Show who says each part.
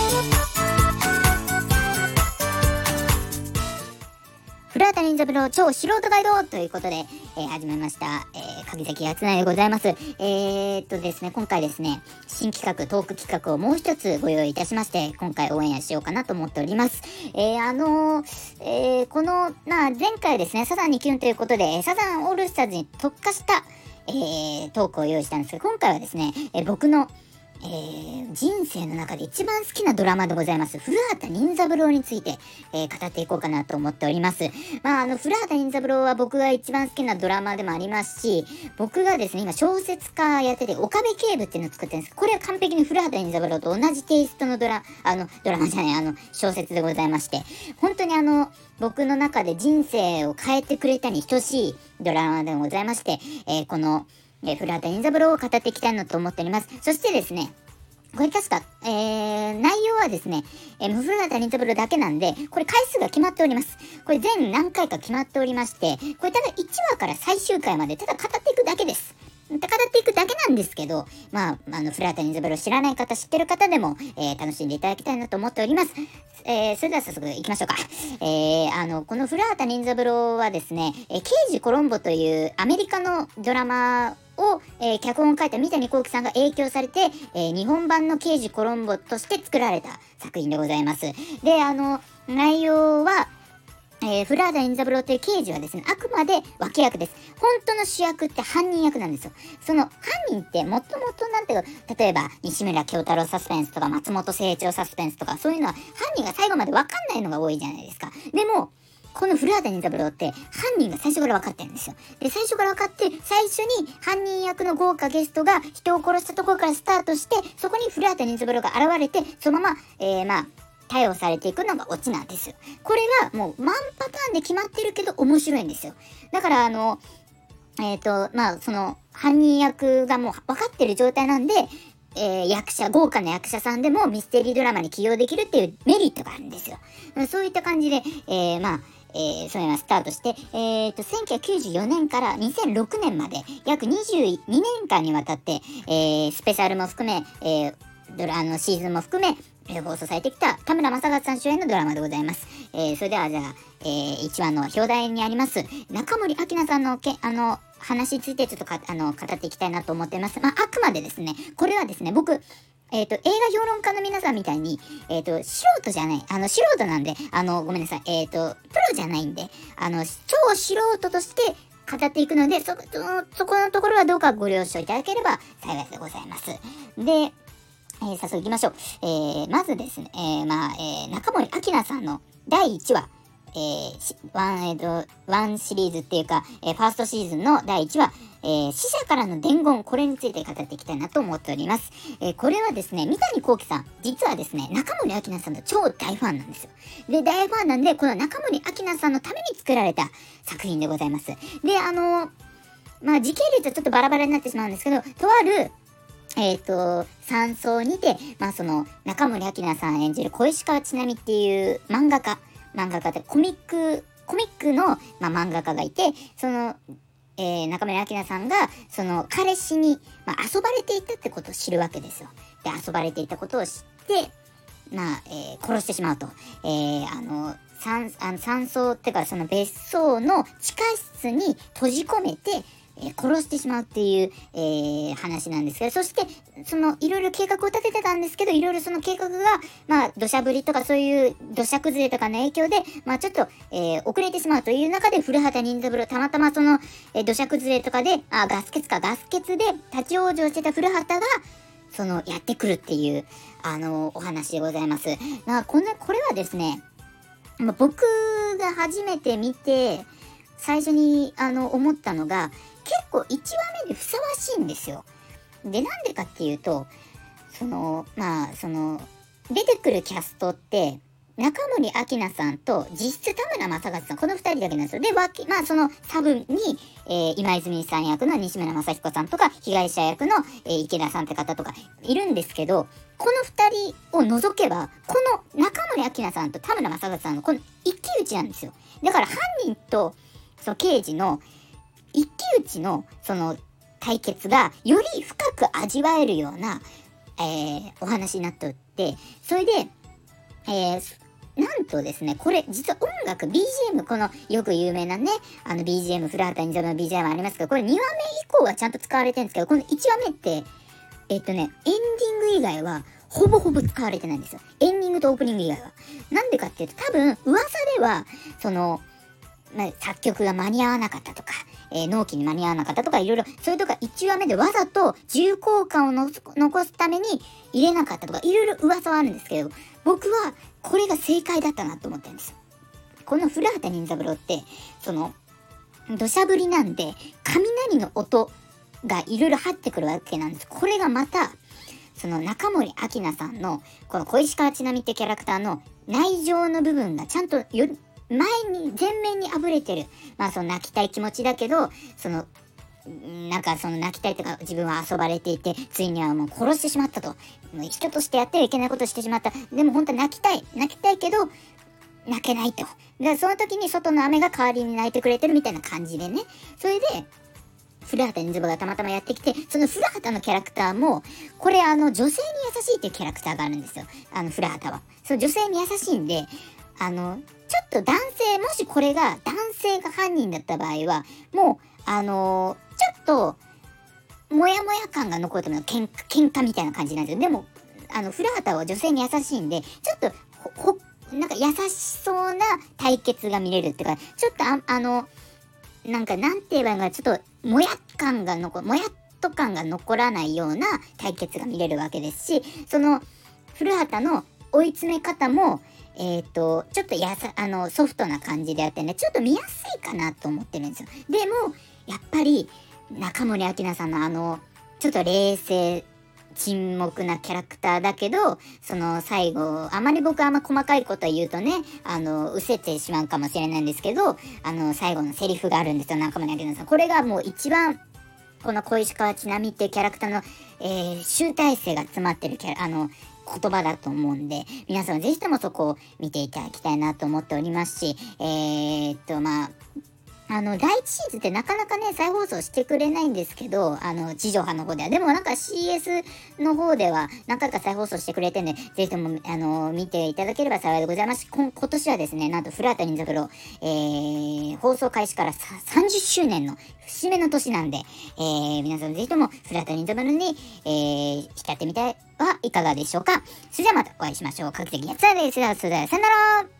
Speaker 1: 古畑任三郎超素人ガイドということで、始めました、鍵崎敦成でございます。ですね、今回ですね、新企画、トーク企画をもう一つご用意いたしまして、今回オンエアしようかなと思っております。この、前回ですね、サザンにキュンということで、サザンオールスターズに特化した、トークを用意したんですけど、今回はですね、僕の人生の中で一番好きなドラマでございます古畑任三郎について、語っていこうかなと思っております。古畑任三郎は僕が一番好きなドラマでもありますし、僕がですね今小説家やってて岡部警部っていうのを作ってるんです。これは完璧に古畑任三郎と同じテイストのドラマじゃない小説でございまして、本当に僕の中で人生を変えてくれたに等しいドラマでございまして、この古畑任三郎を語っていきたいなと思っております。そしてですね、これ確か、内容はですね、古畑任三郎だけなんで、これ回数が決まっております。これ全何回か決まっておりまして、これただ1話から最終回までただ語っていくだけです。語っていくだけなんですけど、古畑任三郎知らない方、知ってる方でも、楽しんでいただきたいなと思っております。それでは早速行きましょうか。この古畑任三郎はですね、刑事コロンボというアメリカのドラマを、脚本を書いた三谷幸喜さんが影響されて、日本版の刑事コロンボとして作られた作品でございます。で、内容は、古畑任三郎という刑事はですね、あくまで脇役です。本当の主役って犯人役なんですよ。その犯人ってもともとなんていうか、例えば西村京太郎サスペンスとか松本清張サスペンスとか、そういうのは犯人が最後まで分かんないのが多いじゃないですか。でもこの古畑任三郎って犯人が最初から分かってるんですよ。で、最初から分かって、最初に犯人役の豪華ゲストが人を殺したところからスタートして、そこに古畑任三郎が現れて、そのまま、逮捕されていくのがオチなんですよ。これがもうワンパターンで決まってるけど面白いんですよ。だからその犯人役がもう分かってる状態なんで、豪華な役者さんでもミステリードラマに起用できるっていうメリットがあるんですよ。そういった感じで、それがスタートして、1994年から2006年まで約22年間にわたって、スペシャルも含め、シーズンも含め、放送されてきた田村正和さん主演のドラマでございます。それではじゃあ、1話の表題にあります中森明菜さんの話についてちょっと語っていきたいなと思っています。あくまでですね、これはですね、僕映画評論家の皆さんみたいに、素人じゃない、素人なんで、ごめんなさい、プロじゃないんで、超素人として語っていくので、そこのところはどうかご了承いただければ幸いでございます。で、早速行きましょう。まずですね、中森明菜さんの第1話、ワンシリーズっていうか、ファーストシーズンの第1話、死者からの伝言、これについて語っていきたいなと思っております。これはですね、三谷幸喜さん、実はですね、中森明菜さんの超大ファンなんですよ。で、大ファンなんで、この中森明菜さんのために作られた作品でございます。で、時系列はちょっとバラバラになってしまうんですけど、とある山荘にて、その、中森明菜さん演じる小石川ちなみっていう漫画家でコミックの、漫画家がいて、その、中森明菜さんが、その、彼氏に、遊ばれていたってことを知るわけですよ。で、遊ばれていたことを知って、殺してしまうと。山荘ってか、その別荘の地下室に閉じ込めて、殺してしまうっていう、話なんですけど、そしてそのいろいろ計画を立ててたんですけど、いろいろその計画が土砂降りとかそういう土砂崩れとかの影響でちょっと、遅れてしまうという中で、古畑任三郎たまたまその、土砂崩れとかでガス欠で立ち往生してた古畑がそのやってくるっていうお話でございます。これはですね、僕が初めて見て最初に思ったのが、結構1話目でふさわしいんですよ。で、なんでかっていうと、出てくるキャストって中森明菜さんと実質田村正和さん、この2人だけなんですよ。で、そのサブに、今泉さん役の西村雅彦さんとか、被害者役の、池田さんって方とかいるんですけど、この2人を除けば、この中森明菜さんと田村正和さんのこの一騎打ちなんですよ。だから犯人とその刑事の一騎打ちのその対決がより深く味わえるような、お話になって 、それで、なんとですね、これ実は音楽 BGM、 このよく有名なねBGM、古畑任三郎の BGM ありますけど、これ2話目以降はちゃんと使われてるんですけど、この1話目ってエンディング以外はほぼほぼ使われてないんですよ。エンディングとオープニング以外は。なんでかっていうと、多分噂では作曲が間に合わなかったとか、納期に間に合わなかったとか、いろいろそれとか1話目でわざと重厚感を残すために入れなかったとか、いろいろ噂はあるんですけど、僕はこれが正解だったなと思ってるんですよ。この古畑任三郎って土砂降りなんで雷の音がいろいろ入ってくるわけなんです。これがまた中森明菜さんのこの小石川ちなみってキャラクターの内情の部分がちゃんと前面にあぶれてる。泣きたい気持ちだけど、泣きたいとか、自分は遊ばれていて、ついにはもう殺してしまったと。もう人としてやってはいけないことをしてしまった。でも本当は泣きたいけど、泣けないと。で、その時に外の雨が代わりに泣いてくれてるみたいな感じでね。それで、古畑任三郎がたまたまやってきて、その古畑のキャラクターも、これ女性に優しいっていうキャラクターがあるんですよ。古畑は。女性に優しいんで、ちょっと男性、もしこれが男性が犯人だった場合は、もう、ちょっと、もやもや感が残ってるの、喧嘩みたいな感じなんですよ。でも、古畑は女性に優しいんで、ちょっと、優しそうな対決が見れるっていうか、ちょっとなんて言えばいいのか、ちょっと、もやっと感が残らないような対決が見れるわけですし、古畑の追い詰め方も、ちょっとソフトな感じであってね、ちょっと見やすいかなと思ってるんですよ。でも、やっぱり、中森明菜さんのちょっと冷静、沈黙なキャラクターだけど、最後、あまり僕細かいことを言うとね、失せてしまうかもしれないんですけど、最後のセリフがあるんですよ、中森明菜さん。これがもう一番、この小石川ちなみっていうキャラクターの、集大成が詰まってる言葉だと思うんで、皆さんぜひともそこを見ていただきたいなと思っておりますし、第一シーズンってなかなかね、再放送してくれないんですけど、地上波の方では。でもCS の方では何回か再放送してくれてんで、ぜひとも、見ていただければ幸いでございますし、今年はですね、なんと古畑任三郎、放送開始から30周年の節目の年なんで、皆さんぜひとも古畑任三郎に、浸ってみてはいかがでしょうか。それではまたお会いしましょう。各的やつらです。それではさよなら。